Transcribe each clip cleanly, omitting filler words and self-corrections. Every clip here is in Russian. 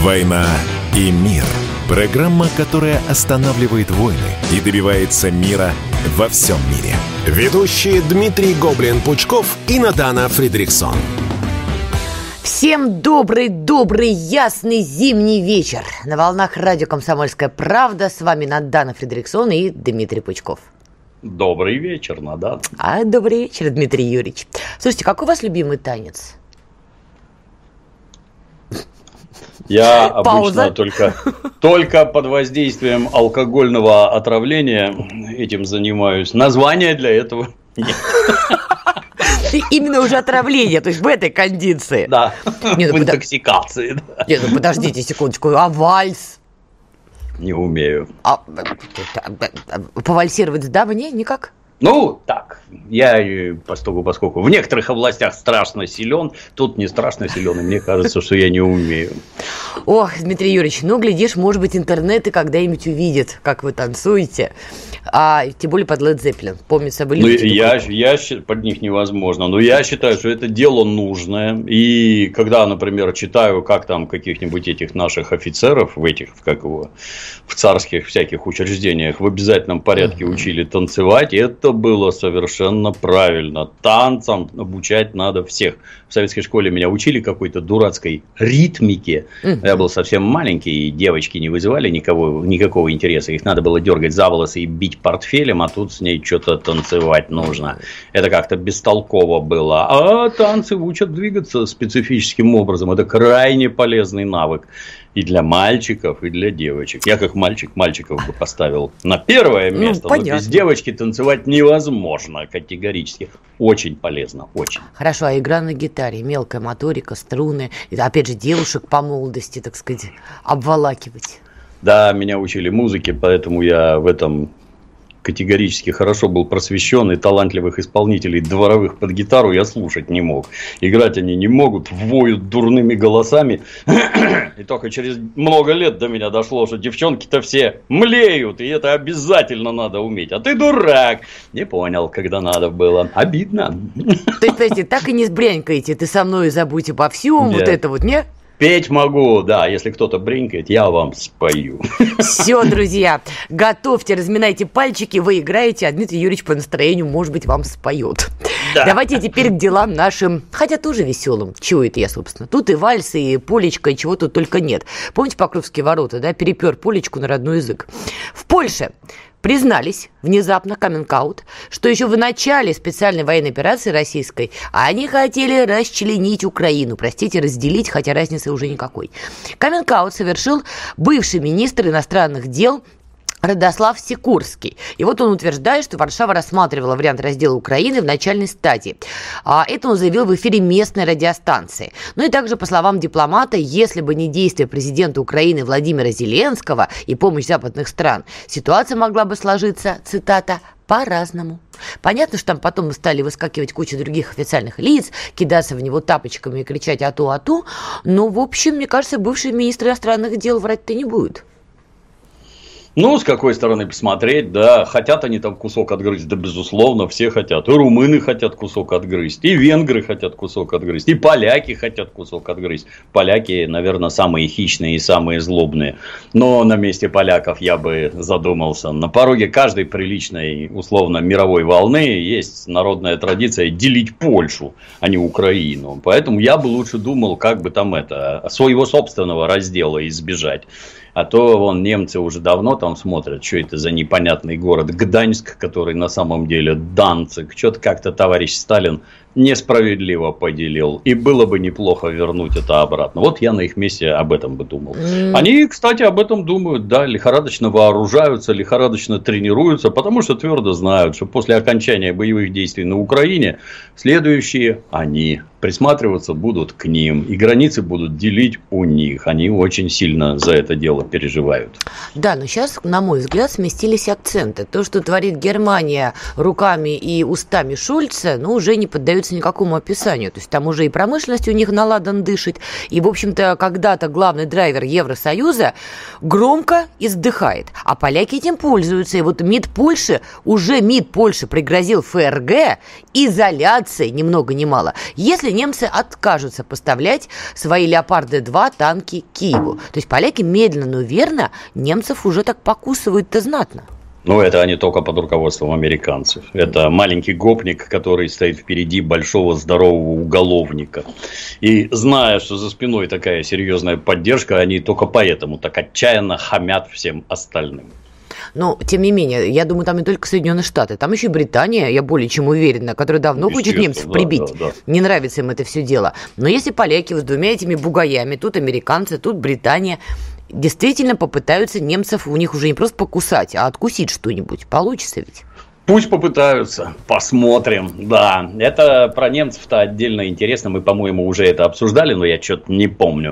«Война и мир». Программа, которая останавливает войны и добивается мира во всем мире. Ведущие Дмитрий Гоблин-Пучков и Надана Фридрихсон. Всем добрый, ясный зимний вечер. На волнах радио «Комсомольская правда». С вами Надана Фридрихсон и Дмитрий Пучков. Добрый вечер, Надана. Добрый вечер, Дмитрий Юрьевич. Слушайте, какой у вас любимый танец? Я обычно только под воздействием алкогольного отравления этим занимаюсь. Названия для этого нет. Именно уже отравление, то есть в этой кондиции. Да, в интоксикации. Нет, ну подождите секундочку, а вальс? Не умею. Повальсировать с дамой никак? Ну, так, я поскольку в некоторых областях страшно силен, тут не страшно силен, и мне кажется, что я не умею. Ох, Дмитрий Юрьевич, глядишь, может быть, интернет и когда-нибудь увидит, как вы танцуете, тем более под Led Zeppelin. Помнится, вы любите. Я под них невозможно, но я считаю, что это дело нужное, и когда, например, читаю, как там каких-нибудь этих наших офицеров в царских всяких учреждениях в обязательном порядке учили танцевать, это было совершенно правильно. Танцам обучать надо всех. В советской школе меня учили какой-то дурацкой ритмике. Я был совсем маленький, и девочки не вызывали никакого интереса. Их надо было дергать за волосы и бить портфелем, а тут с ней что-то танцевать нужно. Это как-то бестолково было. А танцы учат двигаться специфическим образом. Это крайне полезный навык. И для мальчиков, и для девочек. Я как мальчиков бы поставил на первое место, но без девочки танцевать невозможно категорически. Очень полезно, очень. Хорошо, а игра на гитаре, мелкая моторика, струны, опять же, девушек по молодости, так сказать, обволакивать. Да, меня учили музыке, поэтому я в этом категорически хорошо был просвещен, и талантливых исполнителей дворовых под гитару я слушать не мог. Играть они не могут, воют дурными голосами. И только через много лет до меня дошло, что девчонки-то все млеют, и это обязательно надо уметь. А ты дурак! Не понял, когда надо было. Обидно. То есть, подожди, так и не сбрянькаете, ты со мной забудь обо всем, вот это вот, не? Петь могу, да, если кто-то бренькает, я вам спою. Все, друзья, готовьте, разминайте пальчики, вы играете, а Дмитрий Юрьевич по настроению, может быть, вам споет. Да. Давайте теперь к делам нашим, хотя тоже веселым. Чего это я, собственно? Тут и вальс, и полечка, и чего тут только нет. Помните Покровские ворота, да? Перепер полечку на родной язык. В Польше признались внезапно, каминг-аут, что еще в начале специальной военной операции российской они хотели расчленить Украину, разделить, хотя разницы уже никакой. Каминг-аут совершил бывший министр иностранных дел Радослав Сикорский. И вот он утверждает, что Варшава рассматривала вариант раздела Украины в начальной стадии. Это он заявил в эфире местной радиостанции. Ну и также, по словам дипломата, если бы не действия президента Украины Владимира Зеленского и помощь западных стран, ситуация могла бы сложиться, цитата, по-разному. Понятно, что там потом стали выскакивать куча других официальных лиц, кидаться в него тапочками и кричать «ату-ату», но, в общем, мне кажется, бывший министр иностранных дел врать-то не будет. Ну, с какой стороны посмотреть, да, хотят они там кусок отгрызть, да, безусловно, все хотят. И румыны хотят кусок отгрызть, и венгры хотят кусок отгрызть, и поляки хотят кусок отгрызть. Поляки, наверное, самые хищные и самые злобные. Но на месте поляков я бы задумался. На пороге каждой приличной, условно, мировой волны есть народная традиция делить Польшу, а не Украину. Поэтому я бы лучше думал, как бы там своего собственного раздела избежать. А то вон немцы уже давно там смотрят, что это за непонятный город Гданьск, который на самом деле Данциг. Что-то как-то товарищ Сталин несправедливо поделил. И было бы неплохо вернуть это обратно. Вот я на их месте об этом бы думал. Они, кстати, об этом думают, да, лихорадочно вооружаются, лихорадочно тренируются, потому что твердо знают, что после окончания боевых действий на Украине следующие они присматриваться будут к ним, и границы будут делить у них. Они очень сильно за это дело переживают. Да, но сейчас, на мой взгляд, сместились акценты. То, что творит Германия руками и устами Шольца, уже не поддается никакому описанию. То есть там уже и промышленность у них наладан дышит, и, в общем-то, когда-то главный драйвер Евросоюза громко издыхает, а поляки этим пользуются. И вот МИД Польши пригрозил ФРГ изоляцией, ни много ни мало, если если немцы откажутся поставлять свои «Леопарды-2» танки Киеву. То есть поляки медленно, но верно немцев уже так покусывают-то знатно. Ну, это они только под руководством американцев. Это маленький гопник, который стоит впереди большого здорового уголовника. И зная, что за спиной такая серьезная поддержка, они только поэтому так отчаянно хамят всем остальным. Но, тем не менее, я думаю, там не только Соединенные Штаты, там еще и Британия, я более чем уверена, которая давно хочет немцев прибить. Да. Не нравится им это все дело. Но если поляки с двумя этими бугаями, тут американцы, тут Британия, действительно попытаются немцев, у них уже не просто покусать, а откусить что-нибудь. Получится ведь? Пусть попытаются, посмотрим, да. Это про немцев-то отдельно интересно, мы, по-моему, уже это обсуждали, но я что-то не помню.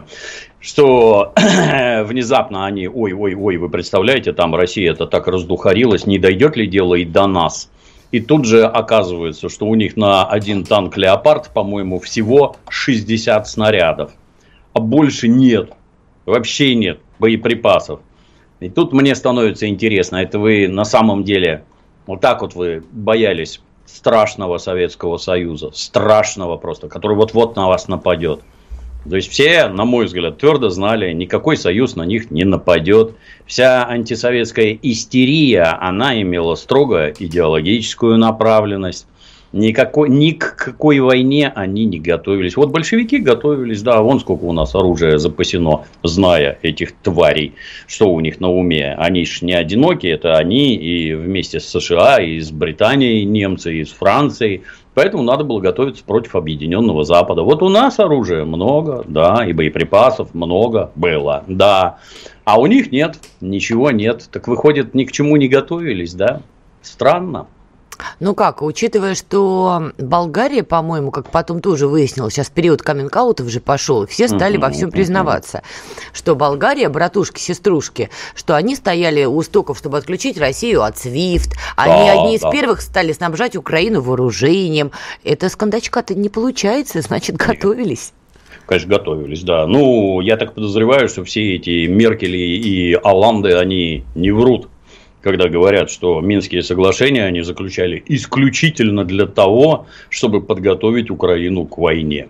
Что внезапно они, ой, вы представляете, там Россия-то так раздухарилась, не дойдет ли дело и до нас? И тут же оказывается, что у них на один танк «Леопард», по-моему, всего 60 снарядов, а больше нет, вообще нет боеприпасов. И тут мне становится интересно, это вы на самом деле, вот так вот вы боялись страшного Советского Союза, страшного просто, который вот-вот на вас нападет. То есть все, на мой взгляд, твердо знали, никакой союз на них не нападет. Вся антисоветская истерия, она имела строго идеологическую направленность. Ни к какой войне они не готовились. Вот большевики готовились, да, вон сколько у нас оружия запасено, зная этих тварей, что у них на уме. Они же не одиноки, это они и вместе с США, и с Британией немцы, и с Францией. Поэтому надо было готовиться против объединенного Запада. Вот у нас оружия много, да, и боеприпасов много было, да. А у них нет, ничего нет. Так выходит, ни к чему не готовились, да? Странно. Ну как, учитывая, что Болгария, по-моему, как потом тоже выяснилось, сейчас период каминг-аутов же пошел, и все стали во всем признаваться, что Болгария, братушки-сеструшки, что они стояли у истоков, чтобы отключить Россию от SWIFT, они одни из первых стали снабжать Украину вооружением. Это с кондачка-то не получается, значит, готовились. Конечно, готовились, да. Ну, я так подозреваю, что все эти Меркели и Оланды, они не врут, когда говорят, что Минские соглашения они заключали исключительно для того, чтобы подготовить Украину к войне.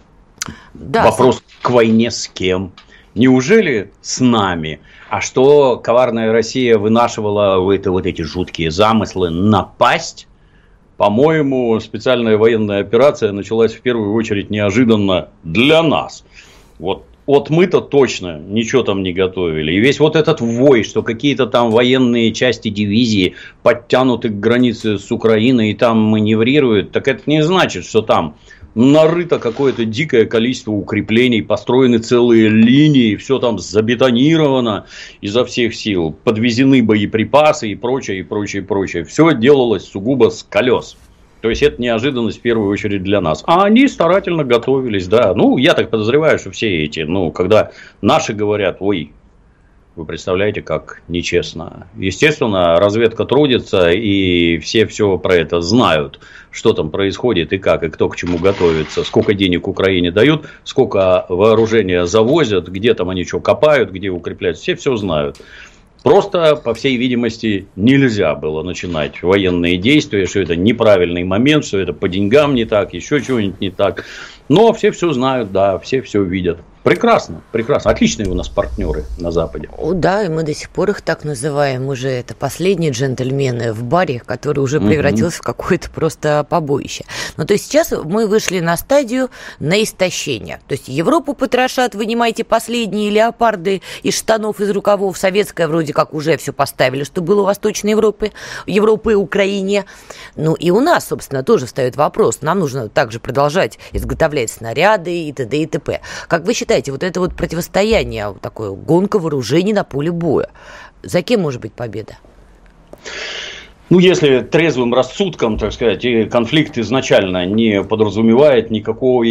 Да, вопрос, к войне с кем? Неужели с нами? А что коварная Россия вынашивала вот эти жуткие замыслы напасть? По-моему, специальная военная операция началась в первую очередь неожиданно для нас. Вот мы-то точно ничего там не готовили. И весь вот этот вой, что какие-то там военные части дивизии подтянуты к границе с Украиной и там маневрируют, так это не значит, что там нарыто какое-то дикое количество укреплений, построены целые линии, все там забетонировано изо всех сил, подвезены боеприпасы и прочее, и прочее, и прочее. Все делалось сугубо с колес. То есть, это неожиданность в первую очередь для нас. А они старательно готовились, да. Ну, я так подозреваю, что все эти, когда наши говорят, ой, вы представляете, как нечестно. Естественно, разведка трудится, и все про это знают, что там происходит, и как, и кто к чему готовится, сколько денег Украине дают, сколько вооружения завозят, где там они что копают, где укрепляют, все знают. Просто, по всей видимости, нельзя было начинать военные действия, что это неправильный момент, что это по деньгам не так, еще чего-нибудь не так. Но все знают, да, все видят. Прекрасно, прекрасно. Отличные у нас партнеры на Западе. Да, и мы до сих пор их так называем. Мы же это последние джентльмены в баре, который уже превратился в какое-то просто побоище. Ну, то есть, сейчас мы вышли на стадию на истощение. То есть, Европу потрошат, вынимайте последние леопарды из штанов, из рукавов. Советская вроде как уже все поставили, что было у Восточной Европы и Украине. Ну, и у нас, собственно, тоже встает вопрос. Нам нужно также продолжать изготовлять снаряды и т.д. и т.п. Как вы считаете, вот это вот противостояние, такое гонка вооружений на поле боя, за кем может быть победа? Ну, если трезвым рассудком, так сказать, и конфликт изначально не подразумевает никакой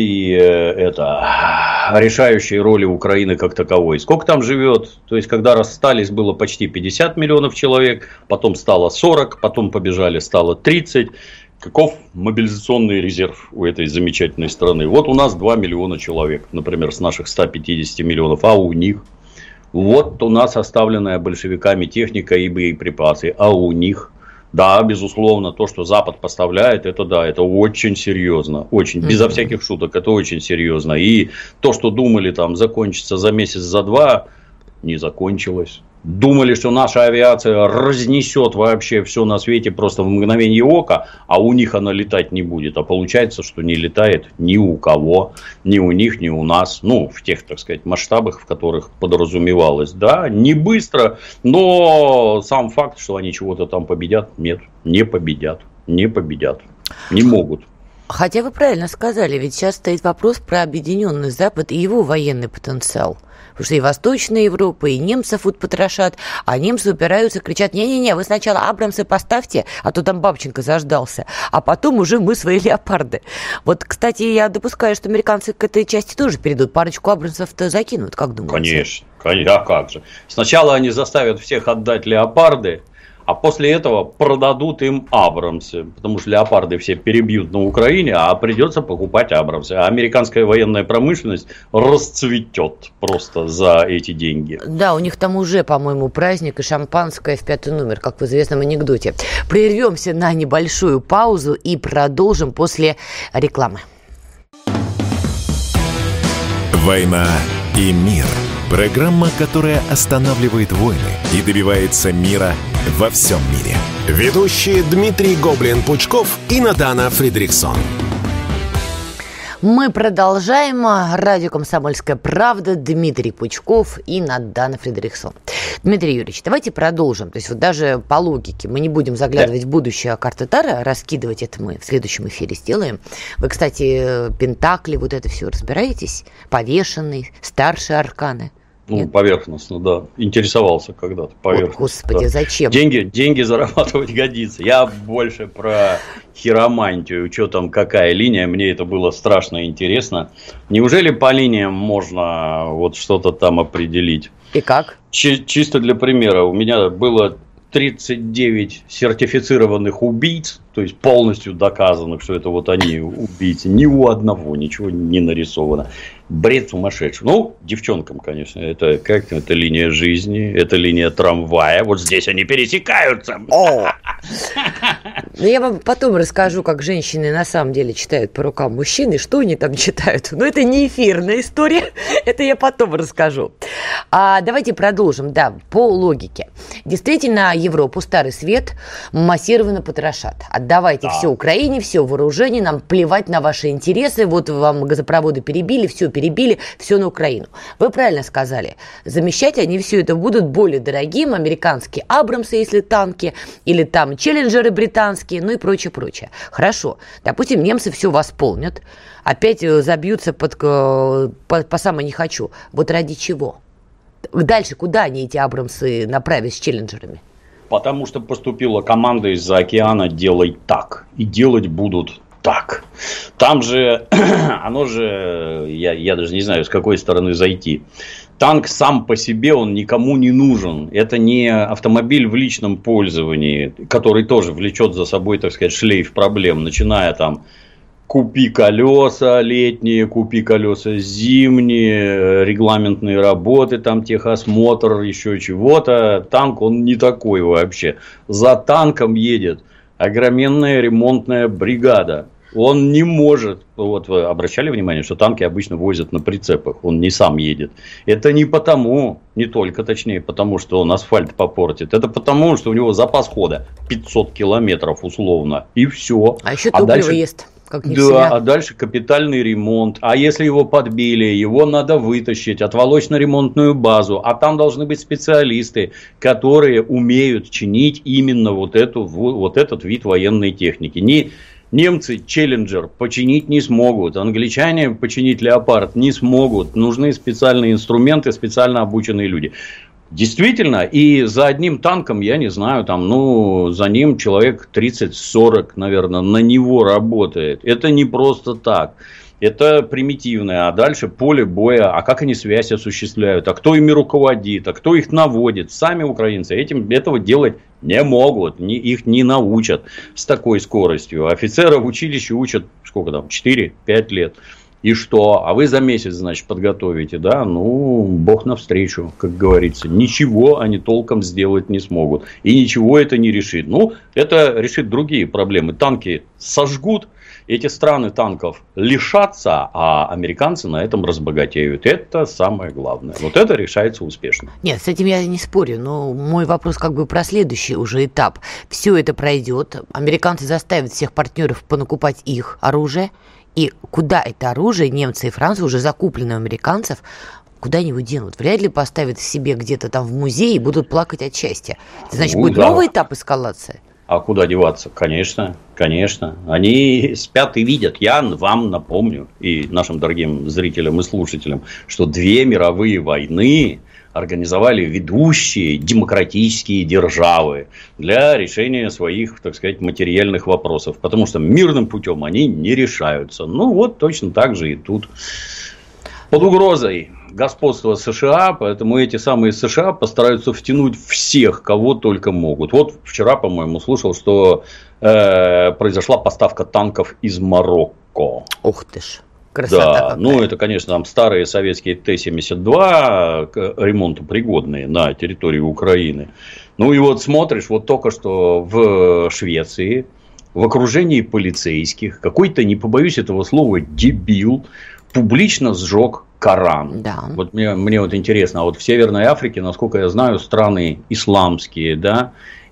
решающей роли Украины как таковой. Сколько там живет? То есть, когда расстались, было почти 50 миллионов человек, потом стало 40, потом побежали, стало 30. Каков мобилизационный резерв у этой замечательной страны? Вот у нас 2 миллиона человек, например, с наших 150 миллионов, а у них? Вот у нас оставленная большевиками техника и боеприпасы, а у них? Да, безусловно, то, что Запад поставляет, это да, это очень серьезно. Очень, безо всяких шуток, это очень серьезно. И то, что думали там закончится за месяц, за два, не закончилось. Думали, что наша авиация разнесет вообще все на свете просто в мгновение ока, а у них она летать не будет. А получается, что не летает ни у кого, ни у них, ни у нас. Ну, в тех, так сказать, масштабах, в которых подразумевалось. Да, не быстро, но сам факт, что они чего-то там победят, нет, не победят, не победят, не могут. Хотя вы правильно сказали, ведь сейчас стоит вопрос про объединенный Запад и его военный потенциал. Потому что и Восточная Европа, и немцев вот потрошат, а немцы упираются, кричат: не-не-не, вы сначала Абрамсы поставьте, а то там Бабченко заждался, а потом уже мы свои леопарды. Вот, кстати, я допускаю, что американцы к этой части тоже перейдут, парочку Абрамсов-то закинут, как думаете? Конечно, а как же. Сначала они заставят всех отдать леопарды, а после этого продадут им Абрамсы, потому что леопарды все перебьют на Украине, а придется покупать Абрамсы. А американская военная промышленность расцветет просто за эти деньги. Да, у них там уже, по-моему, праздник и шампанское в 5 номер, как в известном анекдоте. Прервемся на небольшую паузу и продолжим после рекламы. «Война и мир». Программа, которая останавливает войны и добивается мира во всем мире. Ведущие Дмитрий Гоблин-Пучков и Надана Фридрихсон. Мы продолжаем. Радио «Комсомольская правда», Дмитрий Пучков и Надана Фридрихсон. Дмитрий Юрьевич, давайте продолжим. То есть вот даже по логике мы не будем заглядывать в будущее карты Таро, раскидывать это мы в следующем эфире сделаем. Вы, кстати, пентакли, вот это все разбираетесь? Повешенный, старшие арканы. Ну, нет? Поверхностно, да. Интересовался когда-то. Поверхностно. Господи, да. Зачем? Деньги зарабатывать годится. Я больше про хиромантию. Что там, какая линия. Мне это было страшно интересно. Неужели по линиям можно вот что-то там определить? И как? Чисто для примера. У меня было 39 сертифицированных убийц, то есть полностью доказанных, что это вот они убийцы. Ни у одного ничего не нарисовано. Бред сумасшедший. Ну, девчонкам, конечно, это как это линия жизни, это линия трамвая. Вот здесь они пересекаются. Ну, я вам потом расскажу, как женщины на самом деле читают по рукам мужчин, и что они там читают. Но это не эфирная история, это я потом расскажу. Давайте продолжим. Да, по логике. Действительно, Европу, Старый Свет массированно потрошат. Отдавайте все Украине, все вооружение, нам плевать на ваши интересы. Вот вам газопроводы перебили, все на Украину. Вы правильно сказали. Замещать они все это будут более дорогим. Американские Абрамсы, если танки, или там Челленджеры британские, ну и прочее. Хорошо. Допустим, немцы все восполнят. Опять забьются по самое не хочу. Вот ради чего? Дальше куда они эти Абрамсы направят с Челленджерами? Потому что поступила команда из-за океана «делай так». И делать будут так. Там же, оно же, я даже не знаю, с какой стороны зайти. Танк сам по себе, он никому не нужен. Это не автомобиль в личном пользовании, который тоже влечет за собой, так сказать, шлейф проблем, начиная там: купи колеса летние, купи колеса зимние, регламентные работы, там техосмотр, еще чего-то. Танк, он не такой вообще. За танком едет огроменная ремонтная бригада. Он не может. Вот вы обращали внимание, что танки обычно возят на прицепах. Он не сам едет. Это не потому, не только точнее, потому что он асфальт попортит. Это потому, что у него запас хода 500 километров условно. И все. А еще топливо ест. А дальше капитальный ремонт. А если его подбили, его надо вытащить, отволочь на ремонтную базу. А там должны быть специалисты, которые умеют чинить именно вот этот вид военной техники. Немцы Челленджер починить не смогут. Англичане починить Леопард не смогут. Нужны специальные инструменты, специально обученные люди. Действительно, и за одним танком, я не знаю, за ним человек 30-40, наверное, на него работает. Это не просто так. Это примитивное. А дальше поле боя. А как они связь осуществляют? А кто ими руководит? А кто их наводит? Сами украинцы этого делать не могут. Их не научат с такой скоростью. Офицеров в училище учат, 4-5 лет. И что? А вы за месяц, значит, подготовите, да? Ну, бог навстречу, как говорится. Ничего они толком сделать не смогут. И ничего это не решит. Ну, это решит другие проблемы. Танки сожгут, эти страны танков лишатся, а американцы на этом разбогатеют. Это самое главное. Вот это решается успешно. Нет, с этим я не спорю, но мой вопрос как бы про следующий уже этап. Все это пройдет, американцы заставят всех партнеров понакупать их оружие, и куда это оружие, немцы и Франция, уже закупленное у американцев, куда они его денут? Вряд ли поставят себе где-то там в музее и будут плакать от счастья. Это значит, будет новый этап эскалации? А куда деваться? Конечно, конечно. Они спят и видят. Я вам напомню, и нашим дорогим зрителям и слушателям, что 2 мировые войны организовали ведущие демократические державы для решения своих, так сказать, материальных вопросов. Потому что мирным путем они не решаются. Ну, вот точно так же и тут. Под угрозой господства США, поэтому эти самые США постараются втянуть всех, кого только могут. Вот вчера, по-моему, слушал, что произошла поставка танков из Марокко. Ух ты ж. Красота да, какая. ну это, конечно, там старые советские Т-72, к ремонту пригодные на территории Украины. Ну и вот смотришь, вот только что в Швеции, в окружении полицейских, какой-то, не побоюсь этого слова, дебил публично сжег Коран. Да. Вот мне вот интересно, а вот в Северной Африке, насколько я знаю, страны исламские, да,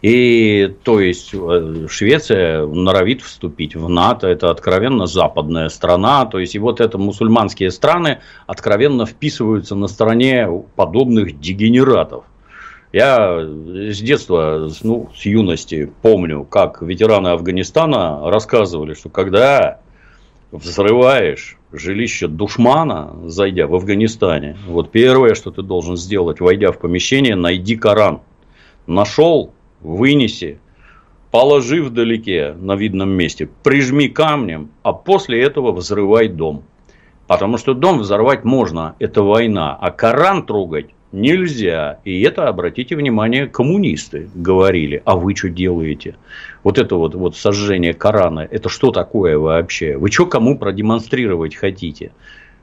и то есть Швеция норовит вступить в НАТО, это откровенно западная страна, то есть и вот это мусульманские страны откровенно вписываются на стороне подобных дегенератов. Я с детства, ну, с юности помню, как ветераны Афганистана рассказывали, что когда взрываешь жилище душмана, зайдя в Афганистане, вот первое, что ты должен сделать, войдя в помещение, найди Коран. Нашел, вынеси, положи вдалеке на видном месте, прижми камнем, а после этого взрывай дом. Потому что дом взорвать можно, это война, а Коран трогать нельзя. И это, обратите внимание, коммунисты говорили. А вы что делаете? Вот это вот сожжение Корана, это что такое вообще? Вы что кому продемонстрировать хотите?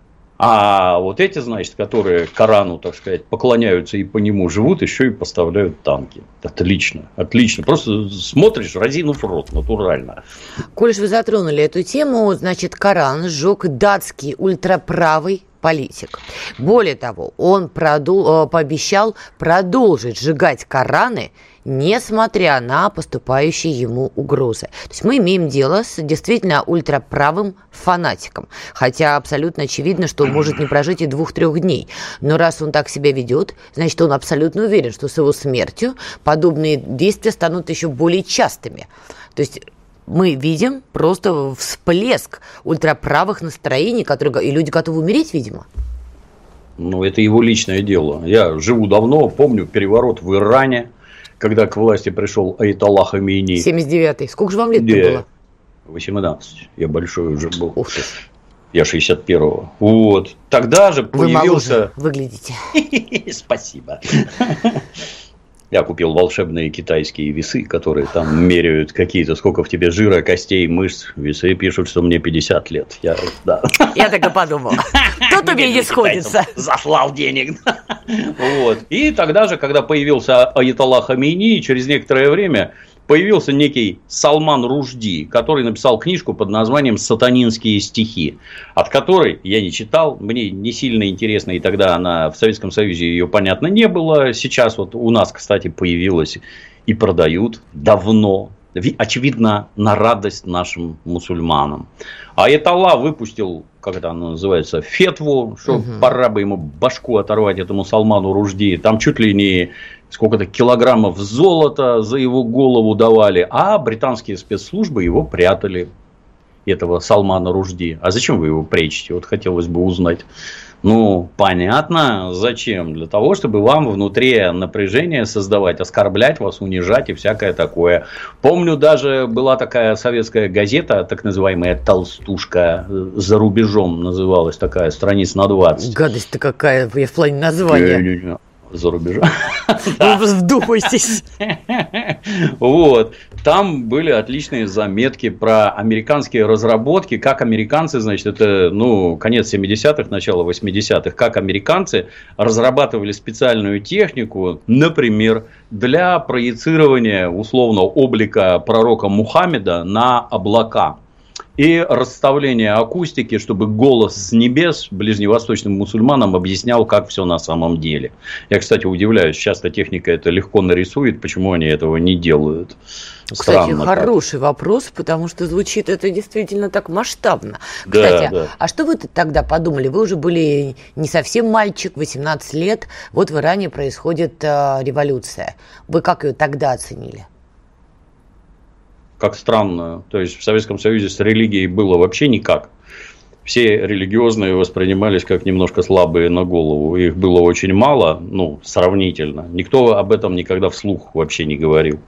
А вот эти, значит, которые Корану, так сказать, поклоняются и по нему живут, еще и поставляют танки. Отлично, отлично. Просто смотришь, разинув рот, натурально. Коль уж вы затронули эту тему, значит, Коран сжег датский ультраправый политик. Более того, он пообещал продолжить сжигать Кораны, несмотря на поступающие ему угрозы. То есть мы имеем дело с действительно ультраправым фанатиком. Хотя абсолютно очевидно, что он может не прожить и 2-3 дней. Но раз он так себя ведет, значит, он абсолютно уверен, что с его смертью подобные действия станут еще более частыми. То есть мы видим просто всплеск ультраправых настроений, и люди готовы умереть, видимо. Ну, это его личное дело. Я живу давно, помню переворот в Иране, когда к власти пришел Аятолла Хамейни. 79-й. Сколько же вам лет было? 18. Я большой уже был. Ух ты. Я 61-го. Вот. Тогда же появился... Вы выглядите. Спасибо. Я купил волшебные китайские весы, которые там меряют какие-то, сколько в тебе жира, костей, мышц. Весы пишут, что мне 50 лет. Я так и подумал. Тут у меня не сходится. Заслал денег. Вот. И тогда же, когда появился Аятолла Хамейни, через некоторое время появился некий Салман Рушди, который написал книжку под названием «Сатанинские стихи», от которой я не читал, мне не сильно интересно, и тогда она в Советском Союзе ее, понятно, не было. Сейчас вот у нас, кстати, появилась и продают давно, очевидно, на радость нашим мусульманам. А Аятолла выпустил, как это оно называется, фетву, что пора бы ему башку оторвать, этому Салману Рушди. Там чуть ли не сколько-то килограммов золота за его голову давали, а британские спецслужбы его прятали, этого Салмана Рушди. А зачем вы его прячете? Вот хотелось бы узнать. Ну, понятно, зачем? Для того, чтобы вам внутри напряжение создавать, оскорблять вас, унижать и всякое такое. Помню, даже была такая советская газета, так называемая «Толстушка», «За рубежом» называлась, такая, страниц на 20. Гадость-то какая, в плане названия. За рубежом. Вдумайтесь. Вот. Там были отличные заметки про американские разработки, как американцы, значит, это, конец 70-х, начало 80-х, как американцы разрабатывали специальную технику, например, для проецирования, условно, облика пророка Мухаммеда на облака. И расставление акустики, чтобы голос с небес ближневосточным мусульманам объяснял, как все на самом деле. Я, кстати, удивляюсь, часто техника это легко нарисует, почему они этого не делают. Кстати, хороший вопрос, потому что звучит это действительно так масштабно. Кстати, да. А что вы тогда подумали? Вы уже были не совсем мальчик, 18 лет, вот в Иране происходит революция. Вы как ее тогда оценили? Как странно. То есть в Советском Союзе с религией было вообще никак. Все религиозные воспринимались как немножко слабые на голову. Их было очень мало, сравнительно. Никто об этом никогда вслух вообще не говорил.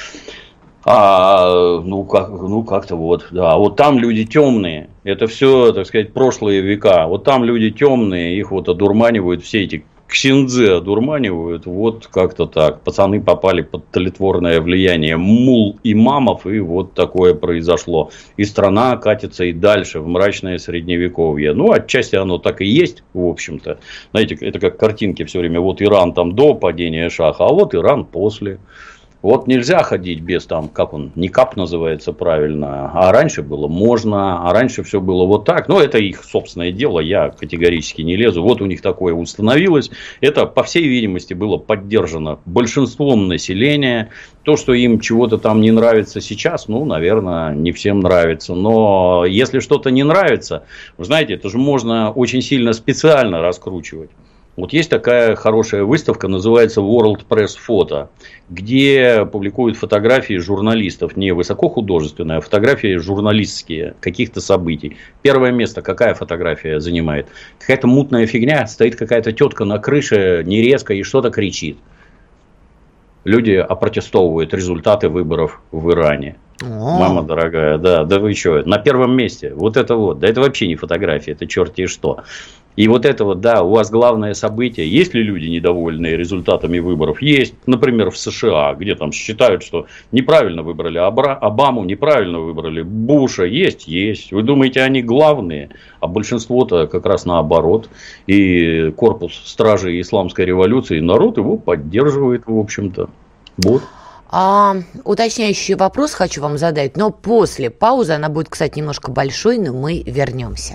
Как-то вот, да. Вот там люди темные. Это все, так сказать, прошлые века. Вот там люди темные, их вот одурманивают все эти ксензы одурманивают, вот как-то так. Пацаны попали под тлетворное влияние мул-имамов, и вот такое произошло. И страна катится и дальше в мрачное средневековье. Отчасти оно так и есть, в общем-то. Знаете, это как картинки все время. Вот Иран там до падения шаха, а вот Иран после. Вот нельзя ходить без никап называется правильно, а раньше было можно, а раньше все было вот так. Это их собственное дело, я категорически не лезу. Вот у них такое установилось. Это, по всей видимости, было поддержано большинством населения. То, что им чего-то там не нравится сейчас, наверное, не всем нравится. Но если что-то не нравится, вы знаете, это же можно очень сильно специально раскручивать. Вот есть такая хорошая выставка, называется World Press Photo, где публикуют фотографии журналистов, не высокохудожественные, а фотографии журналистские каких-то событий. Первое место какая фотография занимает? Какая-то мутная фигня, стоит какая-то тетка на крыше, не резко, и что-то кричит. Люди опротестовывают результаты выборов в Иране. Мама дорогая, да вы что, на первом месте, вот, да это вообще не фотография, это черти что. И вот это у вас главное событие. Есть ли люди, недовольные результатами выборов? Есть. Например, в США, где там считают, что неправильно выбрали Обаму, неправильно выбрали Буша. Есть. Вы думаете, они главные? А большинство-то как раз наоборот. И корпус стражей исламской революции, народ его поддерживает, в общем-то. Вот. Уточняющий вопрос хочу вам задать, но после паузы, она будет, кстати, немножко большой, но мы вернемся.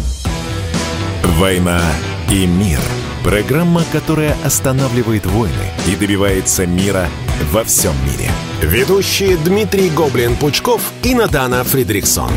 «Война и мир». Программа, которая останавливает войны и добивается мира во всем мире. Ведущие Дмитрий Гоблин-Пучков и Надана Фридрихсон.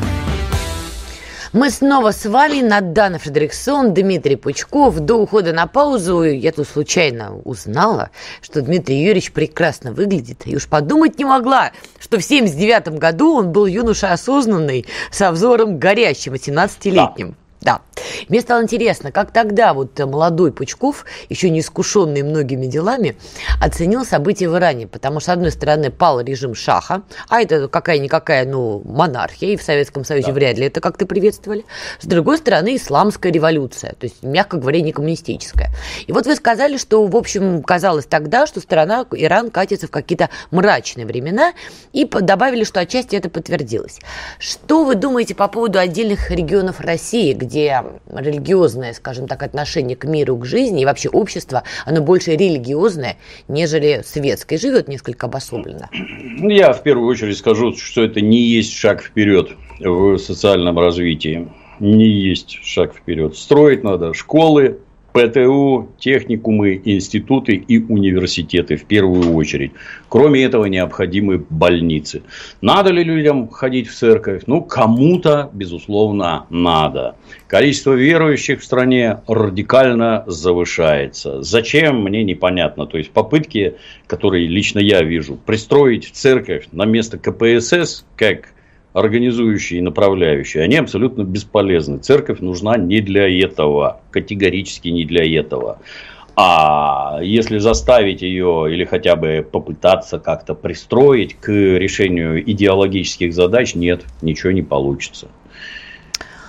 Мы снова с вами, Надана Фридрихсон, Дмитрий Пучков. До ухода на паузу я тут случайно узнала, что Дмитрий Юрьевич прекрасно выглядит. И уж подумать не могла, что в 1979 году он был юноша осознанный, со взором горящим, 18-летним. Да. Мне стало интересно, как тогда молодой Пучков, еще не искушенный многими делами, оценил события в Иране. Потому что, с одной стороны, пал режим шаха, а это какая-никакая, монархия, и в Советском Союзе вряд ли это как-то приветствовали. С другой стороны, исламская революция, то есть, мягко говоря, не коммунистическая. И вот вы сказали, что, в общем, казалось тогда, что страна, Иран, катится в какие-то мрачные времена, и добавили, что отчасти это подтвердилось. Что вы думаете по поводу отдельных регионов России, где религиозное, скажем так, отношение к миру, к жизни и вообще общество, оно больше религиозное, нежели светское, живет несколько обособленно? Я в первую очередь скажу, что это не есть шаг вперед в социальном развитии. Не есть шаг вперед. Строить надо школы, ПТУ, техникумы, институты и университеты в первую очередь. Кроме этого, необходимы больницы. Надо ли людям ходить в церковь? Кому-то, безусловно, надо. Количество верующих в стране радикально завышается. Зачем, мне непонятно. То есть, попытки, которые лично я вижу, пристроить церковь на место КПСС, как организующие и направляющие, они абсолютно бесполезны. Церковь нужна не для этого, категорически не для этого. А если заставить ее или хотя бы попытаться как-то пристроить к решению идеологических задач, нет, ничего не получится.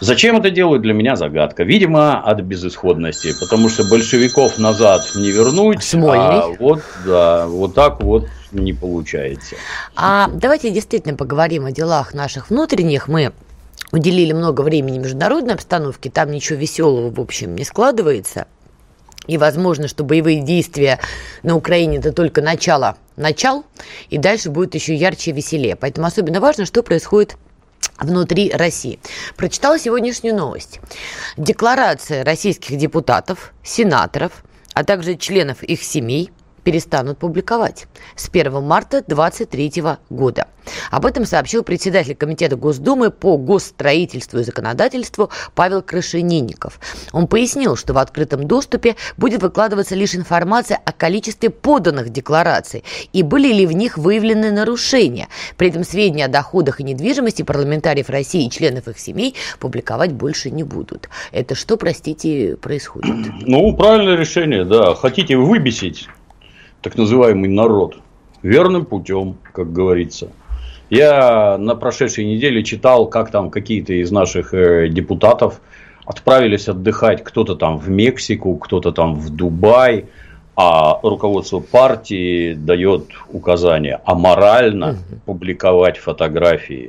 Зачем это делают, для меня загадка. Видимо, от безысходности, потому что большевиков назад не вернуть, Смольный. Вот так вот не получается. А давайте действительно поговорим о делах наших внутренних. Мы уделили много времени международной обстановке, там ничего веселого, в общем, не складывается. И возможно, что боевые действия на Украине – это только начало, и дальше будет еще ярче и веселее. Поэтому особенно важно, что происходит внутри России. Прочитала сегодняшнюю новость. Декларация российских депутатов, сенаторов, а также членов их семей перестанут публиковать с 1 марта 2023 года. Об этом сообщил председатель Комитета Госдумы по госстроительству и законодательству Павел Крашенинников. Он пояснил, что в открытом доступе будет выкладываться лишь информация о количестве поданных деклараций и были ли в них выявлены нарушения. При этом сведения о доходах и недвижимости парламентариев России и членов их семей публиковать больше не будут. Это что, простите, происходит? Ну, правильное решение, да. Хотите выбесить так называемый народ верным путем, как говорится. Я на прошедшей неделе читал, как там какие-то из наших депутатов отправились отдыхать, кто-то там в Мексику, кто-то там в Дубай, а руководство партии дает указание аморально публиковать фотографии.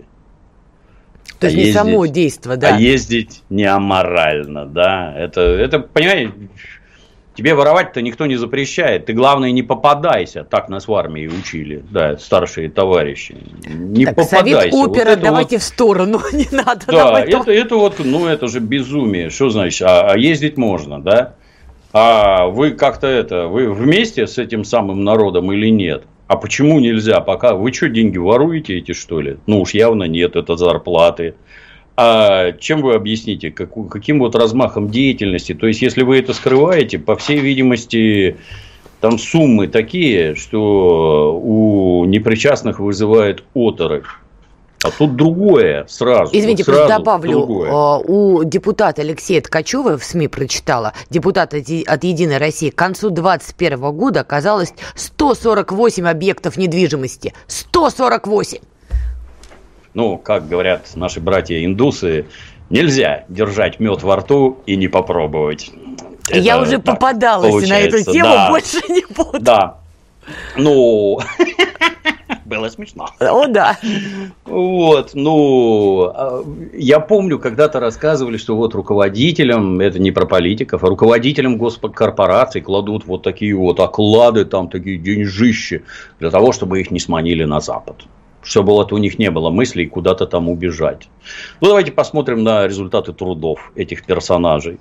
То есть не само действо, да? А ездить не аморально, да. Это, понимаете, тебе воровать-то никто не запрещает. Ты, главное, не попадайся. Так нас в армии учили, да, старшие товарищи. Не так, попадайся. Совет опера, вот давайте в сторону, не надо. Да, это вот, ну, это же безумие. Что значит? А ездить можно, да? А вы как-то вы вместе с этим самым народом или нет? А почему нельзя пока? Вы что, деньги воруете эти, что ли? Ну, уж явно нет, это зарплаты. А чем вы объясните, каким вот размахом деятельности? То есть, если вы это скрываете, по всей видимости, там суммы такие, что у непричастных вызывает оторопь. А тут другое сразу. Извините, просто добавлю. У депутата Алексея Ткачева, в СМИ прочитала, депутата от «Единой России», к концу 2021 года оказалось 148 объектов недвижимости. 148! Ну, как говорят наши братья-индусы, нельзя держать мед во рту и не попробовать. Я уже попадалась на эту тему, да. Больше не буду. Да. Ну, было смешно. О, да. Вот, я помню, когда-то рассказывали, что вот руководителям, это не про политиков, а руководителям госкорпораций кладут вот такие вот оклады, там такие деньжищи, для того, чтобы их не сманили на Запад. Чтобы вот у них не было мыслей куда-то там убежать. Ну, давайте посмотрим на результаты трудов этих персонажей.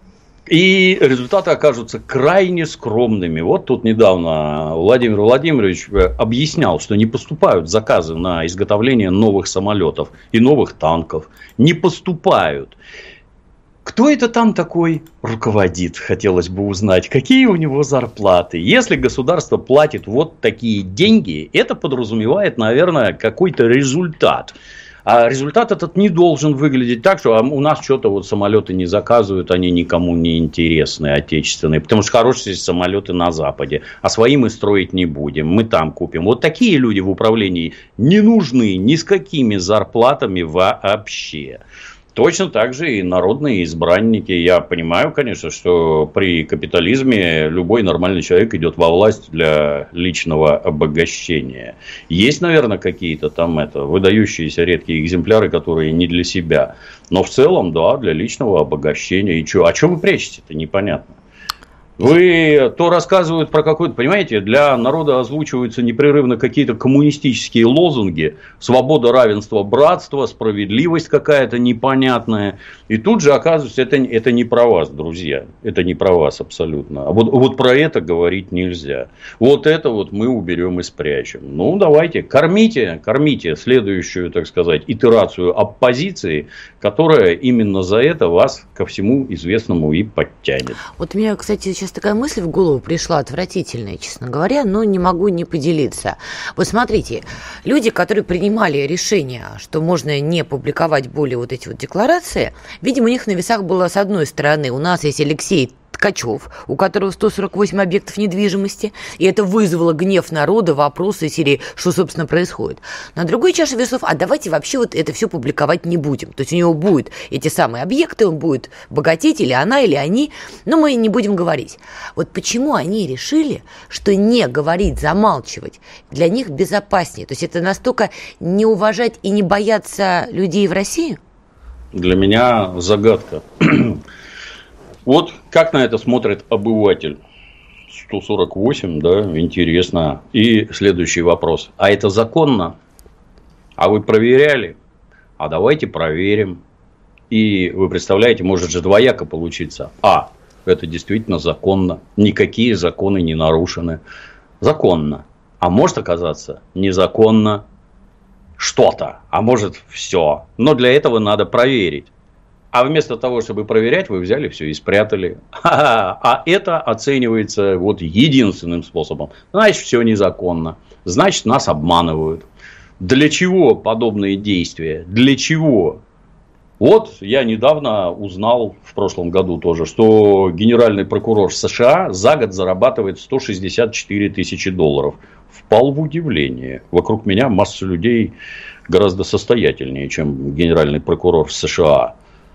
И результаты окажутся крайне скромными. Вот тут недавно Владимир Владимирович объяснял, что не поступают заказы на изготовление новых самолетов и новых танков. Не поступают. Кто это там такой руководит, хотелось бы узнать, какие у него зарплаты. Если государство платит вот такие деньги, это подразумевает, наверное, какой-то результат. А результат этот не должен выглядеть так, что у нас что-то вот самолеты не заказывают, они никому не интересны, отечественные. Потому что хорошие самолеты на Западе, а свои мы строить не будем, мы там купим. Вот такие люди в управлении не нужны ни с какими зарплатами вообще. Точно так же и народные избранники. Я понимаю, конечно, что при капитализме любой нормальный человек идет во власть для личного обогащения. Есть, наверное, какие-то там выдающиеся редкие экземпляры, которые не для себя. Но в целом, да, для личного обогащения. И что? А что вы прячете-то? Непонятно. Вы то рассказывают про какой-то, понимаете, для народа озвучиваются непрерывно какие-то коммунистические лозунги. Свобода, равенство, братство, справедливость какая-то непонятная. И тут же оказывается, это не про вас, друзья. Это не про вас абсолютно. А вот про это говорить нельзя. Вот это вот мы уберем и спрячем. Ну, давайте, кормите следующую, так сказать, итерацию оппозиции, которая именно за это вас ко всему известному и подтянет. Вот у меня, кстати, сейчас такая мысль в голову пришла, отвратительная, честно говоря, но не могу не поделиться. Вот смотрите, люди, которые принимали решение, что можно не публиковать более вот эти вот декларации, видимо, у них на весах было с одной стороны, у нас есть Алексей Ткачев, у которого 148 объектов недвижимости, и это вызвало гнев народа, вопросы из серии, что, собственно, происходит. На другой чаше весов, а давайте вообще вот это все публиковать не будем. То есть у него будут эти самые объекты, он будет богатеть, или она, или они, но мы не будем говорить. Вот почему они решили, что не говорить, замалчивать для них безопаснее? То есть это настолько не уважать и не бояться людей в России? Для меня загадка. Вот как на это смотрит обыватель? 148, да, интересно. И следующий вопрос. А это законно? А вы проверяли? А давайте проверим. И вы представляете, может же двояко получиться. А, это действительно законно. Никакие законы не нарушены. Законно. А может оказаться незаконно что-то. А может все. Но для этого надо проверить. А вместо того, чтобы проверять, вы взяли все и спрятали. А это оценивается вот единственным способом. Значит, все незаконно. Значит, нас обманывают. Для чего подобные действия? Для чего? Вот я недавно узнал, в прошлом году тоже, что генеральный прокурор США за год зарабатывает $164 тысячи. Впал в удивление. Вокруг меня масса людей гораздо состоятельнее, чем генеральный прокурор США.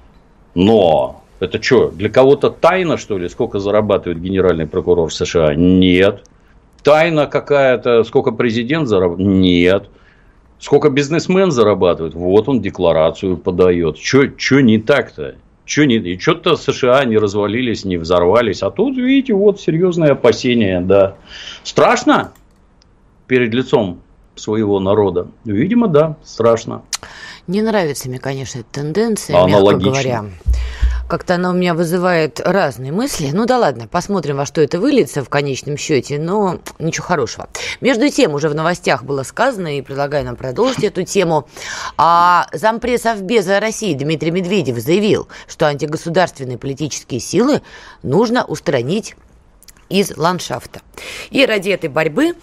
Но это что, для кого-то тайна, что ли, сколько зарабатывает генеральный прокурор США? Нет. Тайна какая-то, сколько президент зарабатывает? Нет. Сколько бизнесмен зарабатывает? Вот он декларацию подает. Что не так-то? И что-то США не развалились, не взорвались. А тут, видите, вот серьезные опасения. Да. Страшно перед лицом своего народа? Видимо, да, страшно. Не нравится мне, конечно, эта тенденция, мягко говоря. Как-то она у меня вызывает разные мысли. Ну да ладно, посмотрим, во что это выльется в конечном счете, но ничего хорошего. Между тем, уже в новостях было сказано, и предлагаю нам продолжить эту тему. Зампред Совбеза России Дмитрий Медведев заявил, что антигосударственные политические силы нужно устранить из ландшафта. И ради этой борьбы,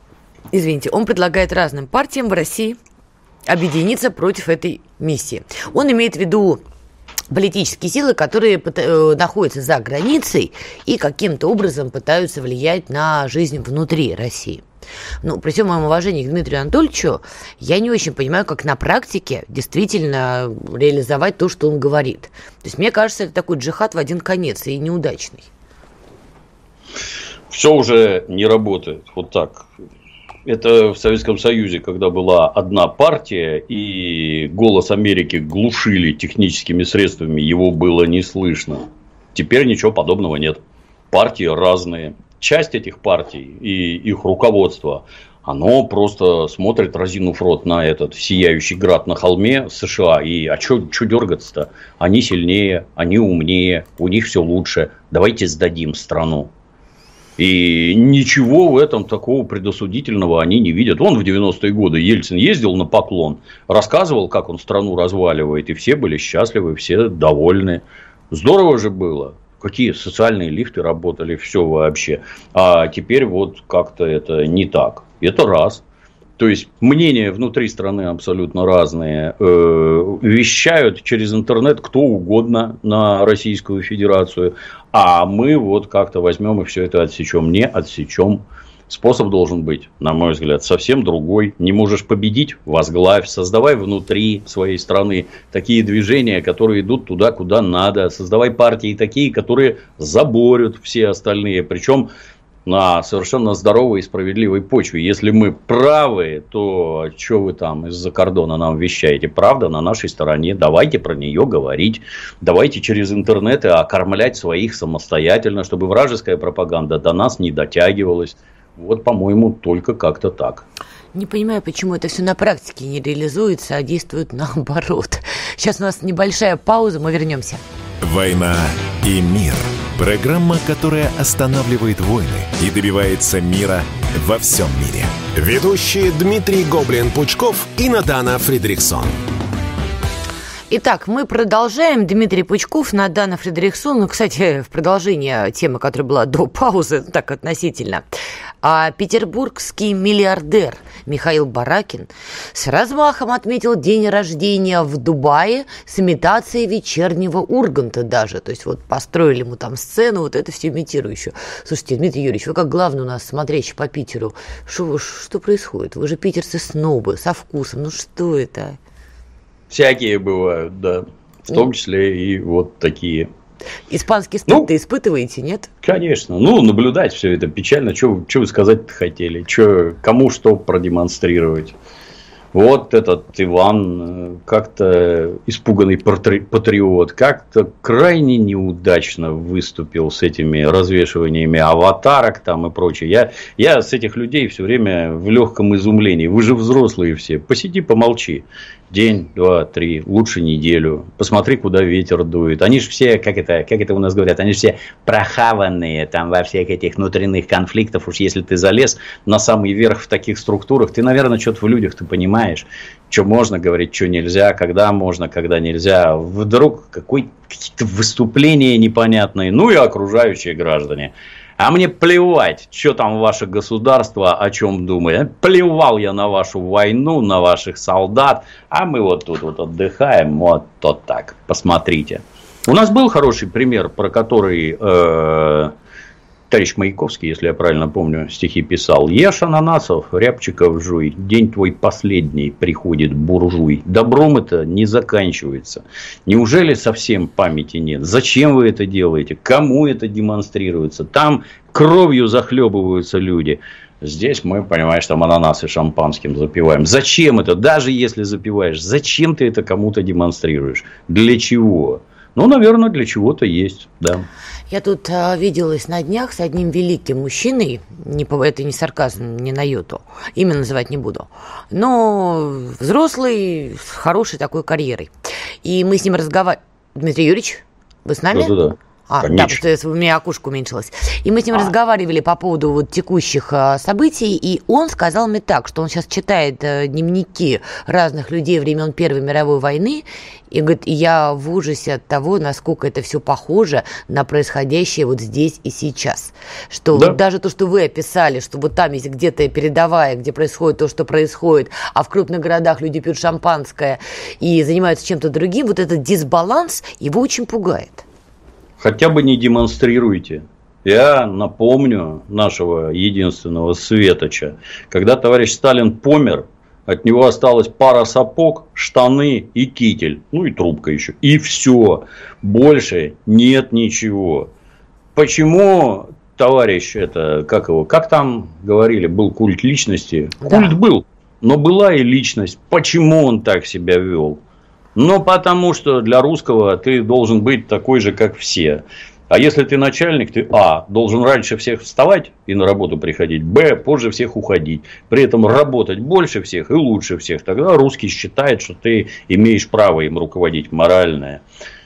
он предлагает разным партиям в России объединиться против этой миссии. Он имеет в виду политические силы, которые находятся за границей и каким-то образом пытаются влиять на жизнь внутри России. Ну, при всем моем уважении к Дмитрию Анатольевичу, я не очень понимаю, как на практике действительно реализовать то, что он говорит. То есть, мне кажется, это такой джихад в один конец и неудачный. Все уже не работает. Вот так. Это в Советском Союзе, когда была одна партия, и голос Америки глушили техническими средствами, его было не слышно. Теперь ничего подобного нет. Партии разные. Часть этих партий и их руководство, оно просто смотрит, разинув рот, на этот сияющий град на холме США. И что дергаться-то? Они сильнее, они умнее, у них все лучше. Давайте сдадим страну. И ничего в этом такого предосудительного они не видят. Он в 90-е годы Ельцин ездил на поклон, рассказывал, как он страну разваливает, и все были счастливы, все довольны. Здорово же было. Какие социальные лифты работали, все вообще. А теперь вот как-то это не так. Это раз. То есть, мнения внутри страны абсолютно разные. Вещают через интернет кто угодно на Российскую Федерацию. А мы вот как-то возьмем и все это отсечем. Не отсечем. Способ должен быть, на мой взгляд, совсем другой. Не можешь победить — возглавь. Создавай внутри своей страны такие движения, которые идут туда, куда надо. Создавай партии такие, которые заборют все остальные. Причем на совершенно здоровой и справедливой почве. Если мы правы, то что вы там из-за кордона нам вещаете? Правда на нашей стороне. Давайте про нее говорить. Давайте через интернет окормлять своих самостоятельно, чтобы вражеская пропаганда до нас не дотягивалась. Вот, по-моему, только как-то так. Не понимаю, почему это все на практике не реализуется, а действует наоборот. Сейчас у нас небольшая пауза, мы вернемся. «Война и мир». Программа, которая останавливает войны и добивается мира во всем мире. Ведущие Дмитрий Гоблин-Пучков и Надана Фридрихсон. Итак, мы продолжаем. Дмитрий Пучков, Надана Фридрихсон. Ну, кстати, в продолжение темы, которая была до паузы, так относительно. А петербургский миллиардер Михаил Баракин с размахом отметил день рождения в Дубае с имитацией вечернего Урганта даже. То есть вот построили ему там сцену, вот это все имитирующее. Слушайте, Дмитрий Юрьевич, вы как главный у нас смотрящий по Питеру, что происходит? Вы же питерцы снобы, со вкусом, ну что это? Всякие бывают, да. В том числе и вот такие. Испанский стыд-то испытываете, нет? Конечно. Наблюдать все это печально. Что вы сказать-то хотели? Кому что продемонстрировать? Вот этот Иван, как-то испуганный патриот, как-то крайне неудачно выступил с этими развешиваниями аватарок там и прочее. Я с этих людей все время в легком изумлении. Вы же взрослые все. Посиди, помолчи. День, 2, 3, лучше неделю. Посмотри, куда ветер дует. Они же все, как это у нас говорят, они же все прохаванные там во всех этих внутренних конфликтах. Уж если ты залез на самый верх в таких структурах, ты, наверное, что-то в людях ты понимаешь. Что можно говорить, что нельзя, когда можно, когда нельзя. Вдруг какие-то выступления непонятные. И окружающие граждане. А мне плевать, что там ваше государство о чем думает. Плевал я на вашу войну, на ваших солдат. А мы вот тут вот отдыхаем. Вот так. Посмотрите. У нас был хороший пример, про который товарищ Маяковский, если я правильно помню, стихи писал. Ешь ананасов, рябчиков жуй, день твой последний приходит буржуй. Добром это не заканчивается. Неужели совсем памяти нет? Зачем вы это делаете? Кому это демонстрируется? Там кровью захлебываются люди. Здесь мы, понимаешь, там ананасы шампанским запиваем. Зачем это? Даже если запиваешь, зачем ты это кому-то демонстрируешь? Для чего? Наверное, для чего-то есть, да. Я тут виделась на днях с одним великим мужчиной, это не сарказм, не на йоту, имя называть не буду, но взрослый, с хорошей такой карьерой. И мы с ним разговаривали. Дмитрий Юрьевич, вы с нами? Да. Да, потому что у меня окошко уменьшилось. И мы с ним разговаривали по поводу вот текущих событий, и он сказал мне так, что он сейчас читает дневники разных людей времен Первой мировой войны, и говорит, я в ужасе от того, насколько это все похоже на происходящее вот здесь и сейчас. Что вот даже то, что вы описали, что вот там есть где-то передовая, где происходит то, что происходит, а в крупных городах люди пьют шампанское и занимаются чем-то другим, вот этот дисбаланс его очень пугает. Хотя бы не демонстрируйте. Я напомню нашего единственного светоча. Когда товарищ Сталин помер, от него осталась пара сапог, штаны и китель. И трубка еще. И все. Больше нет ничего. Почему товарищ как там говорили, был культ личности? Да. Культ был, но была и личность. Почему он так себя вел? Потому что для русского ты должен быть такой же, как все. А если ты начальник, ты должен раньше всех вставать и на работу приходить, позже всех уходить. При этом работать больше всех и лучше всех. Тогда русский считает, что ты имеешь право им руководить, моральное.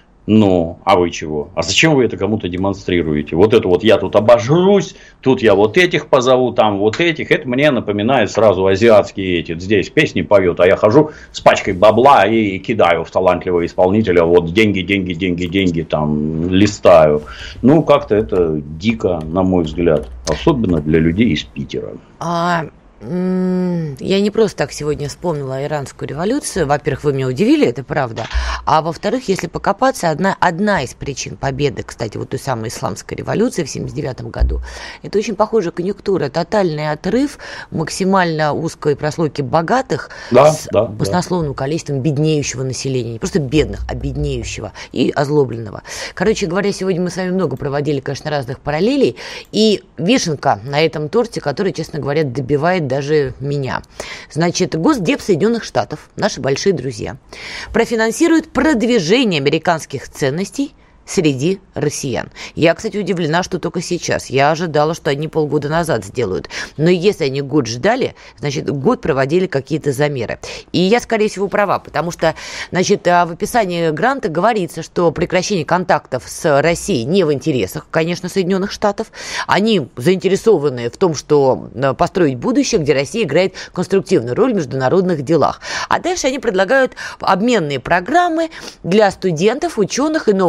А вы чего? А зачем вы это кому-то демонстрируете? Вот это вот я тут обожрусь, тут я вот этих позову, там вот этих. Это мне напоминает сразу азиатские эти. Здесь песни поют, а я хожу с пачкой бабла и кидаю в талантливого исполнителя. Вот деньги, там листаю. Как-то это дико, на мой взгляд. Особенно для людей из Питера. Я не просто так сегодня вспомнила иранскую революцию. Во-первых, вы меня удивили, это правда. А во-вторых, если покопаться, одна из причин победы, кстати, вот той самой исламской революции в 1979 году, это очень похожая конъюнктура. Тотальный отрыв максимально узкой прослойки богатых с баснословным количеством беднеющего населения. Не просто бедных, а беднеющего и озлобленного. Короче говоря, сегодня мы с вами много проводили, конечно, разных параллелей. И вишенка на этом торте, которая, честно говоря, добивает даже меня. Значит, Госдеп Соединенных Штатов, наши большие друзья, профинансирует продвижение американских ценностей среди россиян. Я, кстати, удивлена, что только сейчас. Я ожидала, что они полгода назад сделают. Но если они год ждали, значит, год проводили какие-то замеры. И я, скорее всего, права, потому что, значит, в описании гранта говорится, что прекращение контактов с Россией не в интересах, конечно, Соединенных Штатов. Они заинтересованы в том, что построить будущее, где Россия играет конструктивную роль в международных делах. А дальше они предлагают обменные программы для студентов, ученых и новых членов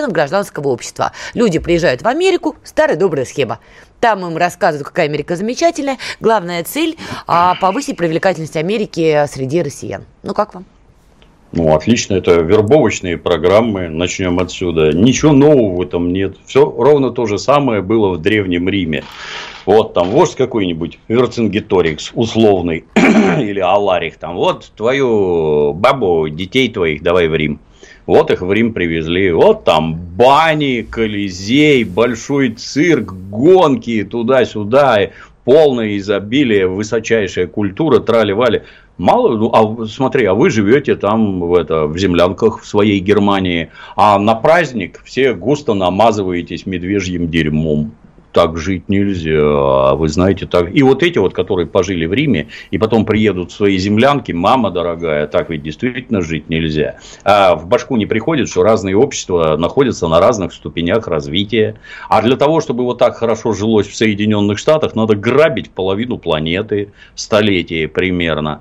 членов гражданского общества. Люди приезжают в Америку, старая добрая схема. Там им рассказывают, какая Америка замечательная. Главная цель – повысить привлекательность Америки среди россиян. Ну, как вам? Ну, отлично, это вербовочные программы, начнем отсюда. Ничего нового в этом нет. Все ровно то же самое было в Древнем Риме. Вот там вождь какой-нибудь, Верцингеторикс условный, или Аларих там, вот твою бабу, детей твоих давай в Рим. Вот их в Рим привезли. Вот там бани, Колизей, большой цирк, гонки туда-сюда, полное изобилие, высочайшая культура, трали-вали. Мало, ну, смотри, вы живете там в землянках в своей Германии, а на праздник все густо намазываетесь медвежьим дерьмом. Так жить нельзя, вы знаете, так. И вот эти вот, которые пожили в Риме и потом приедут в свои землянки, мама дорогая, так ведь действительно жить нельзя. А в башку не приходит, что разные общества находятся на разных ступенях развития. А для того, чтобы вот так хорошо жилось в Соединенных Штатах, надо грабить половину планеты, столетие примерно.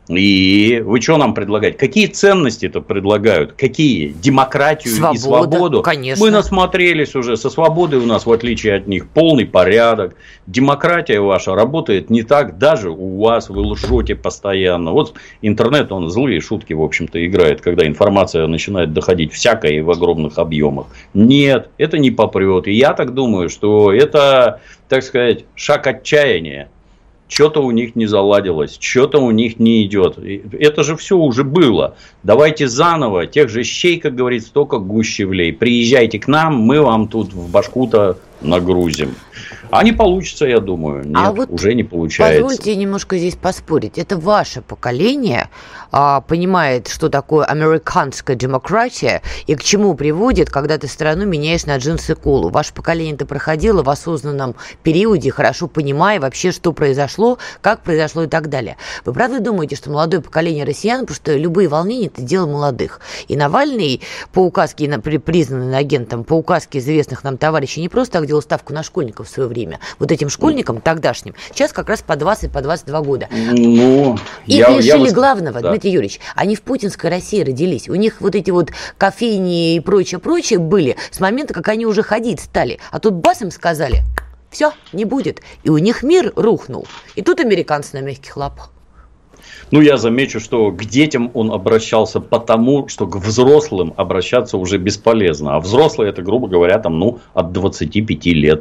И вы что нам предлагаете? Какие ценности это предлагают? Какие? Демократию и свободу? Конечно. Мы насмотрелись уже. Со свободой у нас, в отличие от них, полный порядок. Демократия ваша работает не так даже у вас. Вы лжете постоянно. Вот интернет, он злые шутки, в общем-то, играет, когда информация начинает доходить всякое и в огромных объемах. Нет, это не попрет. И я так думаю, что это, так сказать, шаг отчаяния. Что-то у них не заладилось, что-то у них не идет. Это же все уже было. Давайте заново, тех же щей, как говорится, только гуще влей. Приезжайте к нам, мы вам тут в башку-то нагрузим. А не получится, я думаю. Нет, вот уже не получается. Позвольте немножко здесь поспорить. Это ваше поколение понимает, что такое американская демократия и к чему приводит, когда ты страну меняешь на джинсы колу. Ваше поколение это проходило в осознанном периоде, хорошо понимая вообще, что произошло, как произошло и так далее. Вы правда думаете, что молодое поколение россиян, потому что любые волнения – это дело молодых. И Навальный по указке, признанный агентом, по указке известных нам товарищей, не просто так делал ставку на школьников в свое время. Вот этим школьникам тогдашним сейчас как раз по 20, по 22 года. Ну, их лишили главного, да. Дмитрий Юрьевич, они в путинской России родились. У них вот эти вот кофейни и прочее были с момента, как они уже ходить стали. А тут бас им сказали, все, не будет. И у них мир рухнул. И тут американцы на мягких лапах. Ну, я замечу, что к детям он обращался потому, что к взрослым обращаться уже бесполезно. А взрослые, это, грубо говоря, там, от 25 лет.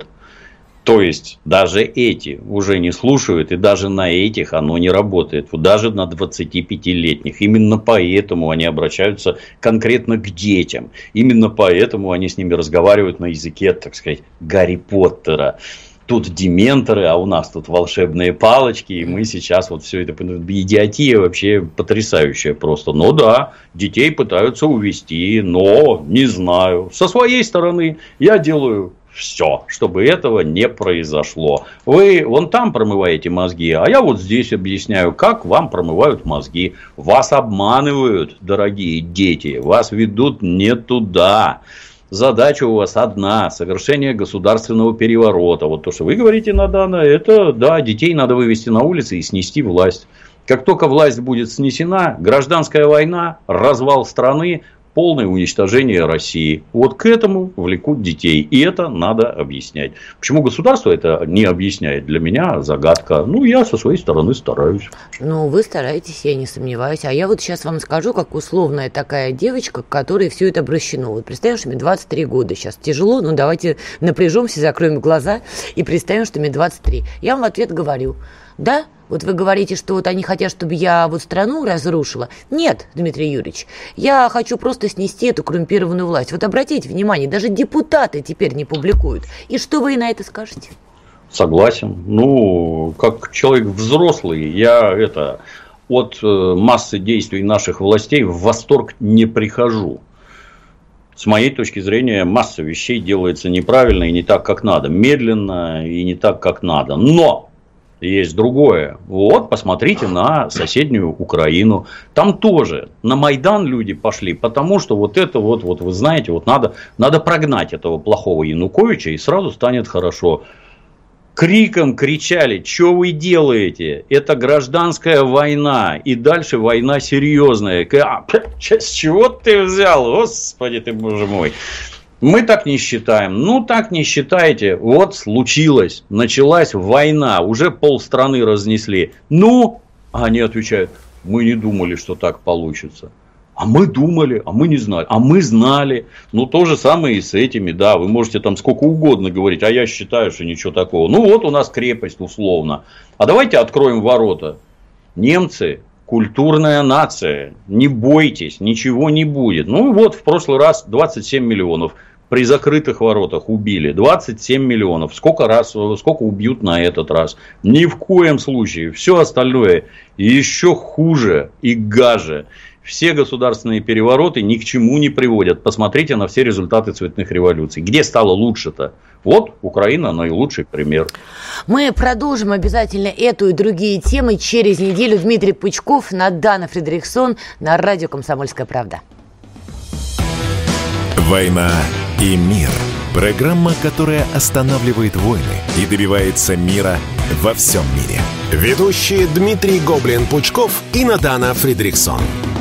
То есть, даже эти уже не слушают, и даже на этих оно не работает. Даже на 25-летних. Именно поэтому они обращаются конкретно к детям. Именно поэтому они с ними разговаривают на языке, так сказать, Гарри Поттера. Тут дементоры, а у нас тут волшебные палочки, и мы сейчас вот все это... Идиотия вообще потрясающая просто. Но да, детей пытаются увести, но не знаю. Со своей стороны я делаю все, чтобы этого не произошло. Вы вон там промываете мозги, а я вот здесь объясняю, как вам промывают мозги. Вас обманывают, дорогие дети, вас ведут не туда. Задача у вас одна – совершение государственного переворота. Вот то, что вы говорите, Надана, это, да, детей надо вывести на улицы и снести власть. Как только власть будет снесена, гражданская война, развал страны, полное уничтожение России. Вот к этому влекут детей. И это надо объяснять. Почему государство это не объясняет? Для меня загадка. Ну, я со своей стороны стараюсь. Ну, вы стараетесь, я не сомневаюсь. А я вот сейчас вам скажу, как условная такая девочка, к которой все это обращено. Вот представим, что мне 23 года. Сейчас тяжело, но давайте напряжемся, закроем глаза и представим, что мне 23. Я вам в ответ говорю, да, вот вы говорите, что вот они хотят, чтобы я вот страну разрушила. Нет, Дмитрий Юрьевич, я хочу просто снести эту коррумпированную власть. Вот обратите внимание, даже депутаты теперь не публикуют. И что вы на это скажете? Согласен. Ну, как человек взрослый, я от массы действий наших властей в восторг не прихожу. С моей точки зрения, масса вещей делается неправильно и не так, как надо. Медленно и не так, как надо. Но есть другое. Вот, посмотрите на соседнюю Украину. Там тоже на Майдан люди пошли, потому что вот это вот вы знаете, вот надо прогнать этого плохого Януковича, и сразу станет хорошо. Криком кричали, что вы делаете? Это гражданская война. И дальше война серьезная. С чего ты взял? Господи ты, боже мой. Мы так не считаем. Ну, так не считаете. Вот случилось. Началась война. Уже полстраны разнесли. Ну, они отвечают, мы не думали, что так получится. А мы думали, а мы не знали. А мы знали. Ну, то же самое и с этими. Да, вы можете там сколько угодно говорить. А я считаю, что ничего такого. Ну, вот у нас крепость условно. А давайте откроем ворота. Немцы. Культурная нация. Не бойтесь, ничего не будет. Ну вот в прошлый раз 27 миллионов при закрытых воротах убили. 27 миллионов. Сколько убьют на этот раз? Ни в коем случае. Все остальное еще хуже и гаже. Все государственные перевороты ни к чему не приводят. Посмотрите на все результаты цветных революций. Где стало лучше-то? Вот Украина наилучший пример. Мы продолжим обязательно эту и другие темы через неделю. Дмитрий Пучков, Надана Фридрихсон на радио «Комсомольская правда». «Война и мир». Программа, которая останавливает войны и добивается мира во всем мире. Ведущие Дмитрий Гоблин-Пучков и Надана Фридрихсон.